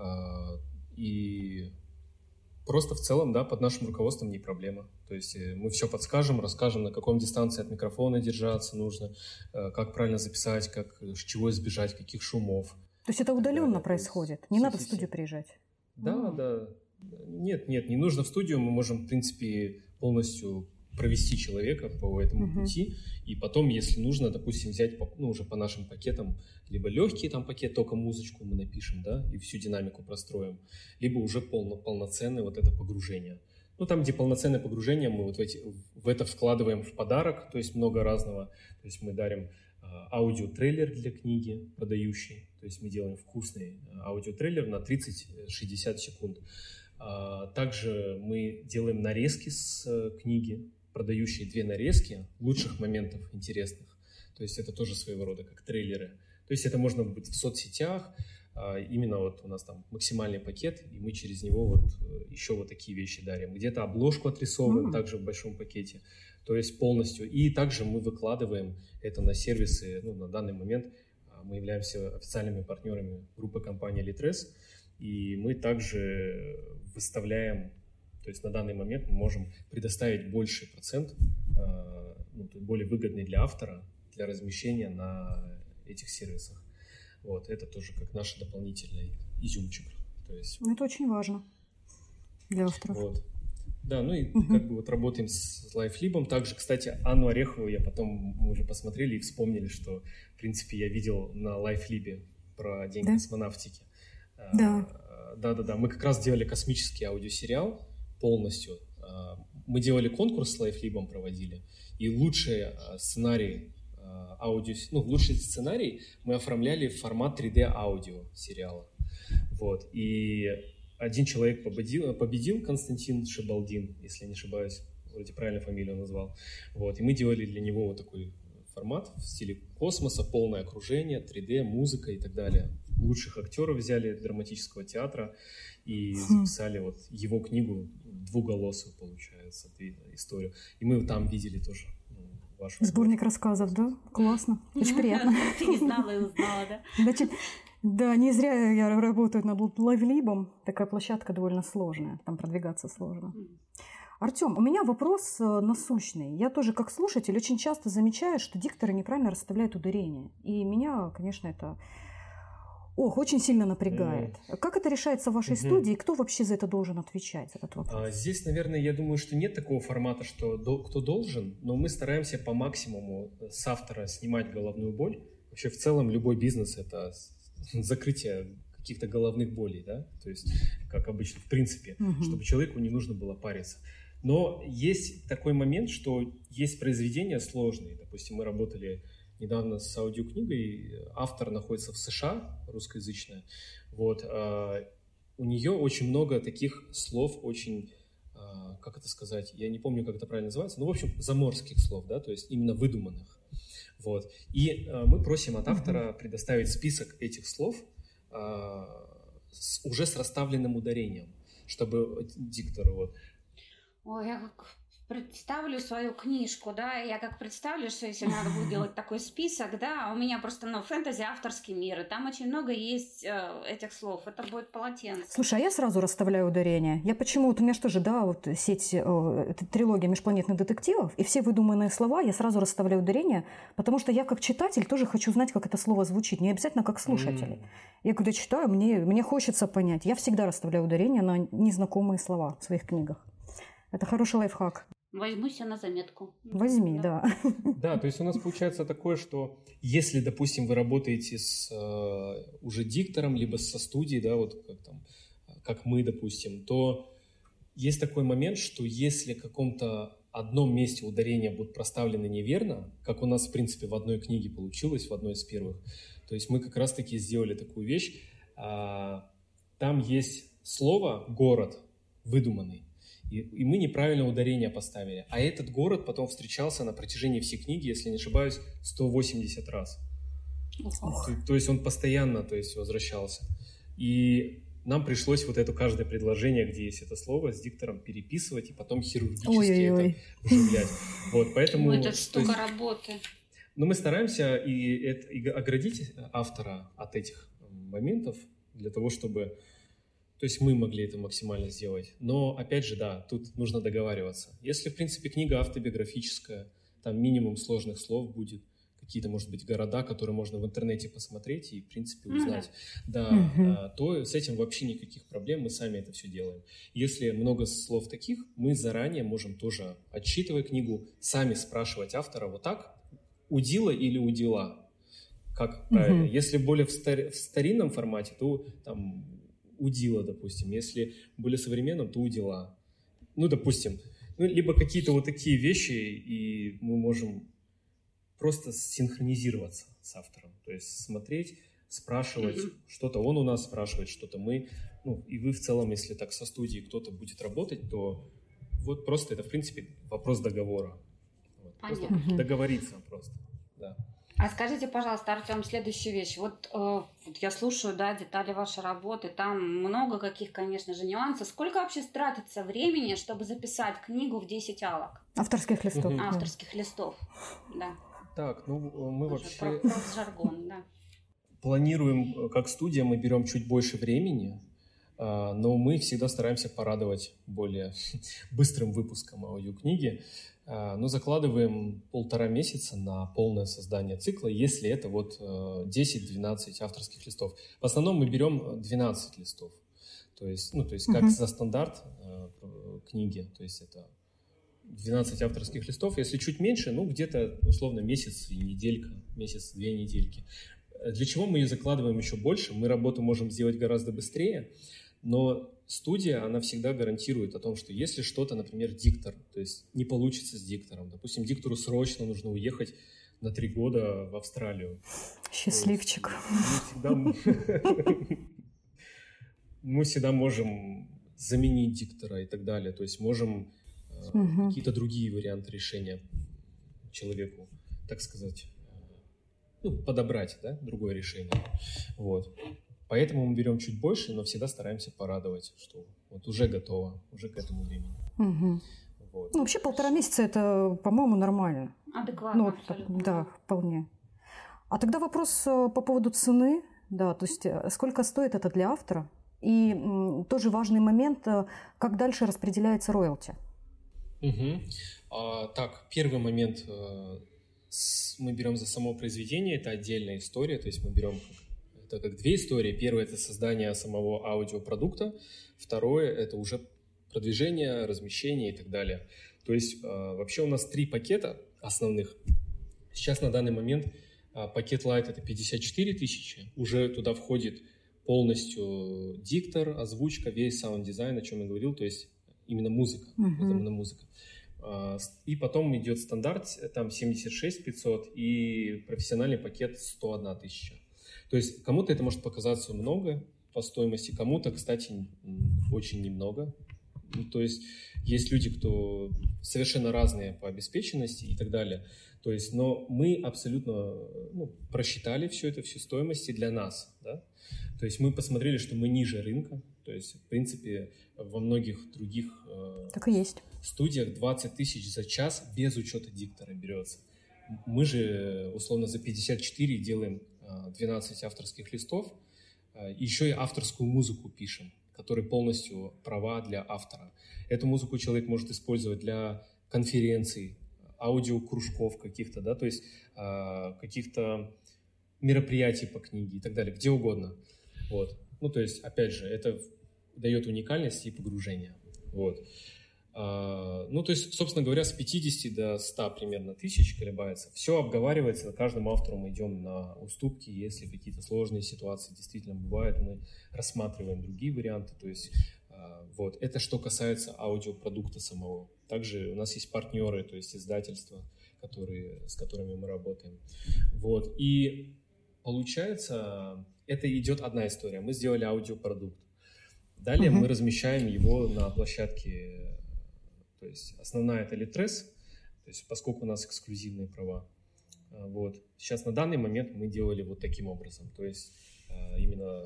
и просто в целом, да, под нашим руководством не проблема. То есть мы все подскажем, расскажем, на каком дистанции от микрофона держаться нужно, как правильно записать, чего избежать, каких шумов. То есть это удаленно происходит? Не надо в студию приезжать? Да, да. Нет, не нужно в студию. Мы можем, в принципе, полностью провести человека по этому пути, и потом, если нужно, допустим, взять, уже по нашим пакетам, либо легкий там пакет, только музычку мы напишем, да, и всю динамику простроим, либо уже полноценное вот это погружение. Ну, там, где полноценное погружение, мы вот в это вкладываем в подарок, то есть много разного. То есть мы дарим аудиотрейлер для книги продающий, то есть мы делаем вкусный аудиотрейлер на 30-60 секунд. Также мы делаем нарезки с книги, продающие 2 нарезки лучших моментов интересных. То есть это тоже своего рода как трейлеры. То есть это можно быть в соцсетях, именно вот у нас там максимальный пакет, и мы через него вот еще вот такие вещи дарим. Где-то обложку отрисовываем также в большом пакете, то есть полностью. И также мы выкладываем это на сервисы. Ну, на данный момент мы являемся официальными партнерами группы компании Litres, и мы также выставляем, то есть на данный момент мы можем предоставить больший процент, более выгодный для автора, для размещения на этих сервисах. Вот, это тоже как наш дополнительный изюмчик. То есть, это очень важно для авторов. Вот. Да, ну и как бы вот работаем с LiveLib. Также, кстати, Анну Орехову мы уже посмотрели и вспомнили, что, в принципе, я видел на LiveLib про День космонавтики. Да. Да. Мы как раз делали космический аудиосериал полностью. Мы делали конкурс с LiveLib, проводили, и лучший сценарий лучший сценарий мы оформляли в формат 3D аудио сериала. Вот. И один человек победил, Константин Шибалдин, если я не ошибаюсь, вроде правильно фамилию назвал. Вот. И мы делали для него вот такой формат в стиле космоса, полное окружение, 3D, музыка и так далее. Лучших актеров взяли драматического театра и записали вот его книгу двуголосую, получается, историю. И мы там видели тоже вашу сборник рассказов, да? Классно. Очень приятно. Ты не знала и узнала, да? Значит, да, не зря я работаю над LiveLib. Такая площадка довольно сложная, там продвигаться сложно. Артём, у меня вопрос насущный. Я тоже как слушатель очень часто замечаю, что дикторы неправильно расставляют ударения. И меня, конечно, это очень сильно напрягает. Как это решается в вашей студии? Кто вообще за это должен отвечать, за этот вопрос? Здесь, наверное, я думаю, что нет такого формата, что кто должен, но мы стараемся по максимуму с автора снимать головную боль. Вообще, в целом, любой бизнес – это закрытие каких-то головных болей, да? То есть, как обычно, в принципе, чтобы человеку не нужно было париться. Но есть такой момент, что есть произведения сложные. Допустим, мы работали недавно с аудиокнигой, автор находится в США, русскоязычная. Вот, у нее очень много таких слов, очень, как это сказать, я не помню, как это правильно называется, но, в общем, заморских слов, да, то есть именно выдуманных. Вот. И мы просим от автора предоставить список этих слов уже с расставленным ударением, чтобы диктору... Вот. Ой, я как представлю свою книжку, да, я как представлю, что если надо будет делать такой список, да, у меня просто, фэнтези авторский мир, и там очень много есть этих слов, это будет полотенце. Слушай, а я сразу расставляю ударения. Я почему-то, у меня что же, да, вот сеть, трилогия межпланетных детективов, и все выдуманные слова я сразу расставляю ударения, потому что я как читатель тоже хочу знать, как это слово звучит, не обязательно как слушатель. Я когда читаю, мне хочется понять. Я всегда расставляю ударения на незнакомые слова в своих книгах. Это хороший лайфхак. Возьму себе на заметку. Возьми, да. Да, то есть у нас получается такое, что если, допустим, вы работаете с уже диктором, либо со студией, да, вот как мы, допустим, то есть такой момент, что если в каком-то одном месте ударения будут проставлены неверно, как у нас, в принципе, в одной книге получилось, в одной из первых, то есть мы как раз-таки сделали такую вещь, там есть слово «город» выдуманный, и мы неправильно ударение поставили. А этот город потом встречался на протяжении всей книги, если не ошибаюсь, 180 раз. То есть он постоянно возвращался. И нам пришлось вот это каждое предложение, где есть это слово, с диктором переписывать и потом хирургически это вживлять. Вот, поэтому... Это столько работы. Но мы стараемся и оградить автора от этих моментов для того, чтобы... То есть мы могли это максимально сделать. Но, опять же, да, тут нужно договариваться. Если, в принципе, книга автобиографическая, там минимум сложных слов будет, какие-то, может быть, города, которые можно в интернете посмотреть и, в принципе, узнать, то с этим вообще никаких проблем, мы сами это все делаем. Если много слов таких, мы заранее можем тоже, отчитывая книгу, сами спрашивать автора вот так, удила или удила, как правильно. Если более в старинном формате, то там... удила, допустим. Если более современным, то удила. Допустим. Либо какие-то вот такие вещи, и мы можем просто синхронизироваться с автором. То есть смотреть, спрашивать. Что-то он у нас спрашивает, что-то мы. И вы в целом, если так со студией кто-то будет работать, то вот просто это, в принципе, вопрос договора. Вот. Просто договориться просто. Да. А скажите, пожалуйста, Артем, следующую вещь. Вот я слушаю, да, детали вашей работы, там много каких, конечно же, нюансов. Сколько вообще тратится времени, чтобы записать книгу в 10 алок? Авторских листов. Авторских листов, да. Так, ну мы Уже вообще жаргон, да. планируем, как студия, мы берем чуть больше времени, но мы всегда стараемся порадовать более быстрым выпуском аудиокниги. Но закладываем 1,5 месяца на полное создание цикла, если это вот 10-12 авторских листов. В основном мы берем 12 листов, то есть как за стандарт книги, то есть это 12 авторских листов. Если чуть меньше, ну где-то условно месяц и неделька, месяц-две недельки. Для чего мы ее закладываем еще больше? Мы работу можем сделать гораздо быстрее, но студия, она всегда гарантирует о том, что если что-то, например, диктор, то есть не получится с диктором, допустим, диктору срочно нужно уехать на 3 года в Австралию. Счастливчик. Мы всегда можем заменить диктора и так далее, то есть можем какие-то другие варианты решения человеку, так сказать, подобрать, да, другое решение. Вот. Поэтому мы берем чуть больше, но всегда стараемся порадовать, что вот уже готово, уже к этому времени. Вот. Ну, вообще 1,5 месяца это, по-моему, нормально. Адекватно, абсолютно. Да, вполне. А тогда вопрос по поводу цены. Да, то есть сколько стоит это для автора? И тоже важный момент, как дальше распределяется роялти. Так, первый момент мы берем за само произведение, это отдельная история, то есть мы берем это как 2 истории. Первое – это создание самого аудиопродукта, второе – это уже продвижение, размещение и так далее. То есть вообще у нас 3 пакета основных. Сейчас на данный момент пакет Lite – это 54 тысячи, уже туда входит полностью диктор, озвучка, весь саунд-дизайн, о чем я говорил, то есть именно музыка, именно музыка. И потом идет стандарт, там 76 500 и профессиональный пакет 101 тысяча. То есть кому-то это может показаться много по стоимости, кому-то, кстати, очень немного. То есть есть люди, кто совершенно разные по обеспеченности и так далее. То есть, но мы абсолютно просчитали все это, всю стоимость для нас. Да? То есть мы посмотрели, что мы ниже рынка. То есть, в принципе, во многих других так и есть. Студиях 20 тысяч за час без учета диктора берется. Мы же условно за 54 делаем 12 авторских листов, еще и авторскую музыку пишем, которая полностью права для автора. Эту музыку человек может использовать для конференций, аудиокружков каких-то, да, то есть каких-то мероприятий по книге и так далее, где угодно. Вот. Ну, то есть, опять же, это дает уникальность и погружение. Вот. Ну, то есть, собственно говоря, с 50 до 100 примерно тысяч колебается. Все обговаривается, каждому автору мы идем на уступки. Если какие-то сложные ситуации действительно бывают, мы рассматриваем другие варианты. То есть, вот. Это что касается аудиопродукта самого. Также у нас есть партнеры, то есть издательства, с которыми мы работаем. Вот. И получается, это идет одна история. Мы сделали аудиопродукт. Далее мы размещаем его на площадке. То есть основная это Litres, то есть поскольку у нас эксклюзивные права. Вот. Сейчас на данный момент мы делали вот таким образом. То есть именно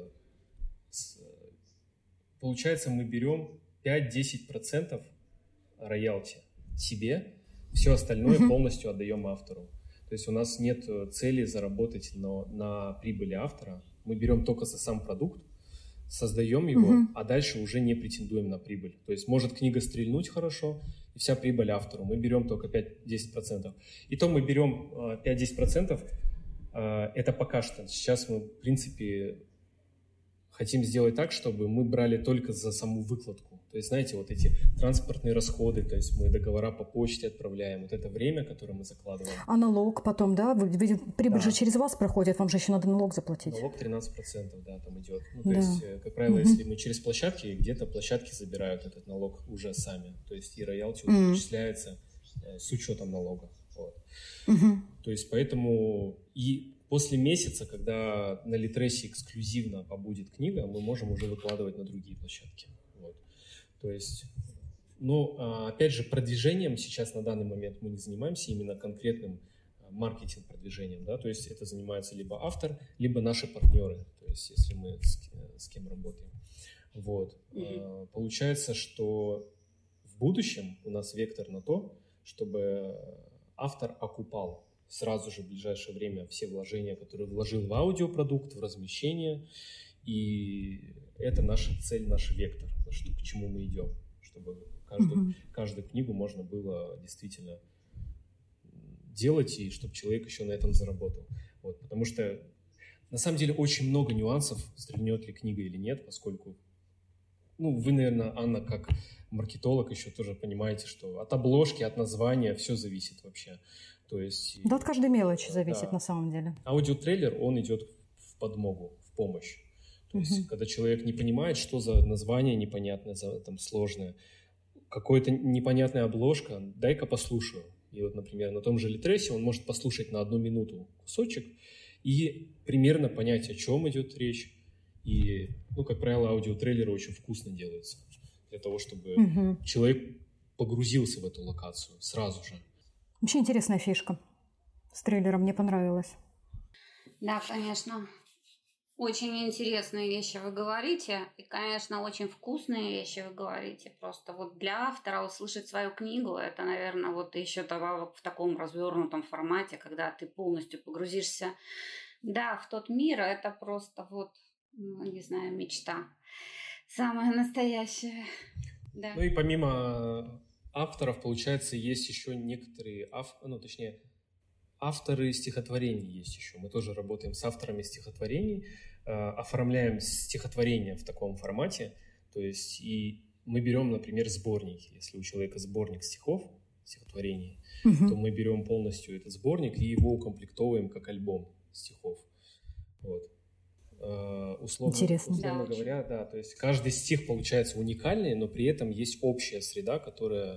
получается мы берем 5-10% роялти себе, все остальное полностью отдаем автору. То есть у нас нет цели заработать на прибыли автора. Мы берем только за сам продукт, создаем его, а дальше уже не претендуем на прибыль. То есть может книга стрельнуть хорошо, и вся прибыль автору. Мы берем только 5-10%. И то мы берем 5-10%, это пока что. Сейчас мы, в принципе, хотим сделать так, чтобы мы брали только за саму выкладку. То есть, знаете, вот эти транспортные расходы, то есть мы договора по почте отправляем, вот это время, которое мы закладываем. А налог потом, да? Прибыль же через вас проходит, вам же еще надо налог заплатить. Налог 13%, да, там идет. Ну, то есть, как правило, если мы через площадки, где-то площадки забирают этот налог уже сами. То есть и роялти вычисляется с учетом налога. Вот. То есть поэтому и после месяца, когда на Литресе эксклюзивно побудет книга, мы можем уже выкладывать на другие площадки. Вот. То есть, опять же, продвижением сейчас на данный момент мы не занимаемся именно конкретным маркетинг, продвижением, да, то есть это занимается либо автор, либо наши партнеры, то есть если мы с кем работаем. Вот. Получается, что в будущем у нас вектор на то, чтобы автор окупал сразу же в ближайшее время все вложения, которые вложил в аудиопродукт, в размещение, и это наша цель, наш вектор, к чему мы идем, чтобы каждую книгу можно было действительно делать, и чтобы человек еще на этом заработал. Вот, потому что на самом деле очень много нюансов, стрельнет ли книга или нет, поскольку, вы, наверное, Анна, как маркетолог, еще тоже понимаете, что от обложки, от названия все зависит вообще. То есть, да, от каждой мелочи зависит на самом деле. Аудиотрейлер, он идет в подмогу, в помощь. То есть, когда человек не понимает, что за название непонятное, там, сложное, какая-то непонятная обложка, дай-ка послушаю. И вот, например, на том же Литресе он может послушать на 1 минуту кусочек и примерно понять, о чем идет речь. И, как правило, аудиотрейлеры очень вкусно делаются для того, чтобы человек погрузился в эту локацию сразу же. Вообще интересная фишка с трейлером, мне понравилось. Да, конечно. Очень интересные вещи вы говорите, и, конечно, очень вкусные вещи вы говорите. Просто вот для автора услышать свою книгу, это, наверное, вот еще в таком развернутом формате, когда ты полностью погрузишься, в тот мир, это просто не знаю, мечта. Самая настоящая. Да. И помимо авторов, получается, есть еще некоторые, авторы стихотворений есть еще. Мы тоже работаем с авторами стихотворений, оформляем стихотворения в таком формате. То есть и мы берем, например, сборники. Если у человека сборник стихотворений, то мы берем полностью этот сборник и его укомплектовываем как альбом стихов. Вот. Условно говоря, то есть каждый стих получается уникальный, но при этом есть общая среда, которая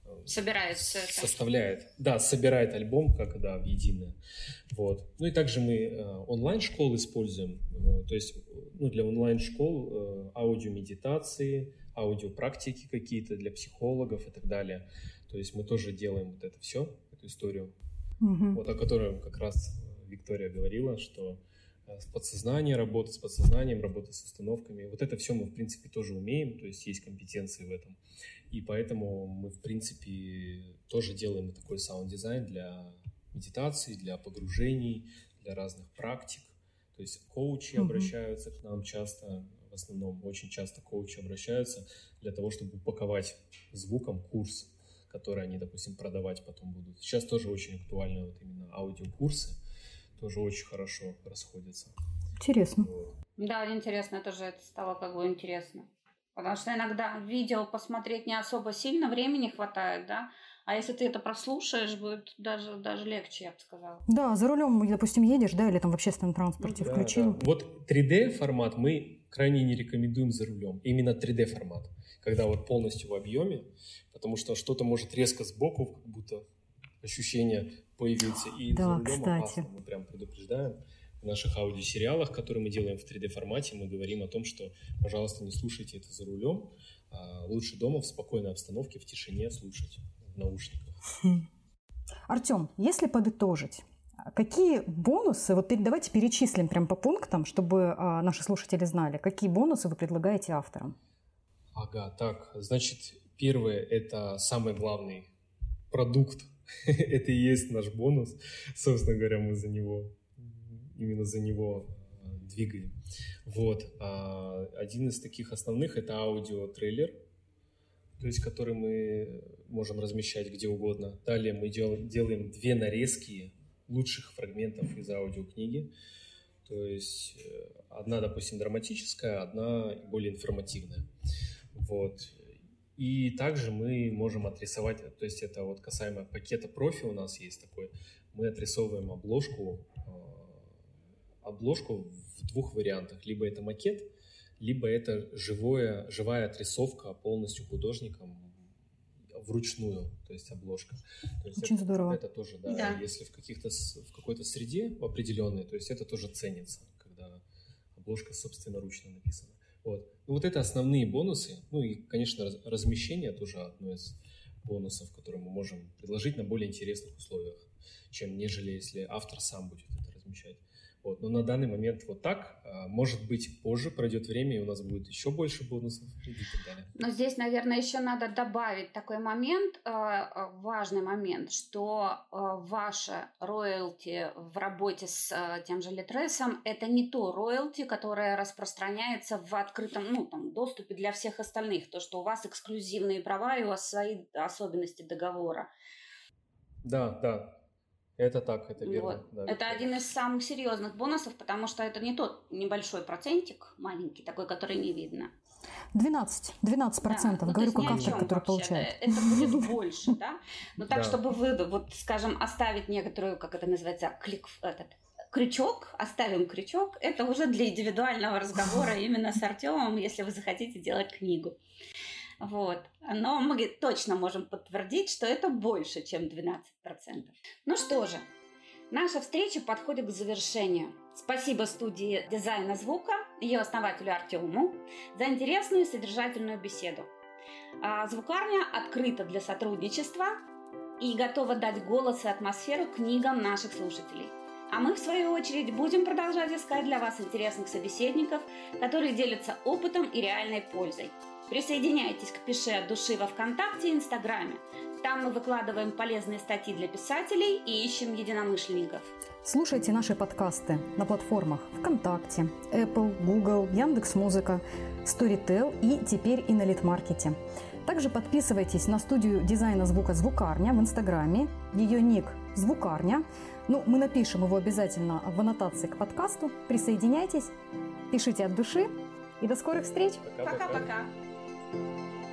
собирает альбом в единое. Вот. И также мы онлайн-школы используем, то есть для онлайн-школ аудиомедитации, аудиопрактики какие-то для психологов и так далее. То есть мы тоже делаем вот это все, эту историю, о которой как раз Виктория говорила, что подсознание, работа с подсознанием, работа с установками. Вот это все мы, в принципе, тоже умеем, то есть компетенции в этом. И поэтому мы, в принципе, тоже делаем такой саунд-дизайн для медитаций, для погружений, для разных практик. То есть коучи обращаются к нам часто, в основном очень часто коучи обращаются для того, чтобы упаковать звуком курс, который они, допустим, продавать потом будут. Сейчас тоже очень актуальны именно аудиокурсы. Тоже очень хорошо расходятся. Интересно. Вот. Да, интересно, тоже это стало интересно. Потому что иногда видео посмотреть не особо сильно, времени хватает, да? А если ты это прослушаешь, будет даже легче, я бы сказала. Да, за рулем, допустим, едешь, да, или там в общественном транспорте включил. Да. Вот 3D-формат мы крайне не рекомендуем за рулем. Именно 3D-формат, когда полностью в объеме, потому что что-то может резко сбоку, как будто ощущение появиться, и за рулем опасно. Мы прям предупреждаем. В наших аудиосериалах, которые мы делаем в 3D-формате, мы говорим о том, что, пожалуйста, не слушайте это за рулем, а лучше дома в спокойной обстановке, в тишине слушать в наушниках. Артем, если подытожить, какие бонусы, давайте перечислим прям по пунктам, чтобы наши слушатели знали, какие бонусы вы предлагаете авторам? Значит, первое – это самый главный продукт. Это и есть наш бонус. Собственно говоря, мы именно за него двигаем. Вот. Один из таких основных – это аудиотрейлер, то есть который мы можем размещать где угодно. Далее мы делаем 2 нарезки лучших фрагментов из аудиокниги. То есть одна, допустим, драматическая, одна более информативная. Вот. И также мы можем отрисовать, то есть это касаемо пакета профи у нас есть такой, мы отрисовываем обложку в 2 вариантах. Либо это макет, либо это живая отрисовка полностью художником вручную, то есть обложка. То есть очень здорово. Это тоже, да, если в какой-то среде определенной, то есть это тоже ценится, когда обложка собственноручно написана. Вот это основные бонусы. И, конечно, размещение тоже одно из бонусов, которые мы можем предложить на более интересных условиях. чем нежели если автор сам будет это размещать. Вот. Но на данный момент вот так. Может быть, позже пройдет время, и у нас будет еще больше бонусов и так далее. Но здесь, наверное, еще надо добавить такой момент, важный момент, что ваше роялти в работе с тем же Литресом – это не то роялти, которое распространяется в открытом доступе для всех остальных. То, что у вас эксклюзивные права и у вас свои особенности договора. Да. Это так, это верно. Вот. Да, это один из самых серьезных бонусов, потому что это не тот небольшой процентик, маленький такой, который не видно. 12%, да, говорю, как автор, который получает. Это будет больше, да? Но так, чтобы вы, вот, скажем, оставить некоторую, как это называется, крючок, оставим крючок, это уже для индивидуального разговора именно с Артемом, если вы захотите делать книгу. Вот. Но мы точно можем подтвердить, что это больше, чем 12%. Ну что же, наша встреча подходит к завершению. Спасибо студии дизайна звука, ее основателю Артему, за интересную и содержательную беседу. Звукарня открыта для сотрудничества и готова дать голос и атмосферу книгам наших слушателей. А мы, в свою очередь, будем продолжать искать для вас интересных собеседников, которые делятся опытом и реальной пользой. Присоединяйтесь к «Пиши от души» во ВКонтакте и Инстаграме. Там мы выкладываем полезные статьи для писателей и ищем единомышленников. Слушайте наши подкасты на платформах ВКонтакте, Apple, Google, Яндекс.Музыка, Storytel и теперь и на Литмаркете. Также подписывайтесь на студию дизайна звука «Звукарня» в Инстаграме. Ее ник «Звукарня». Мы напишем его обязательно в аннотации к подкасту. Присоединяйтесь, пишите от души и до скорых встреч. Пока-пока.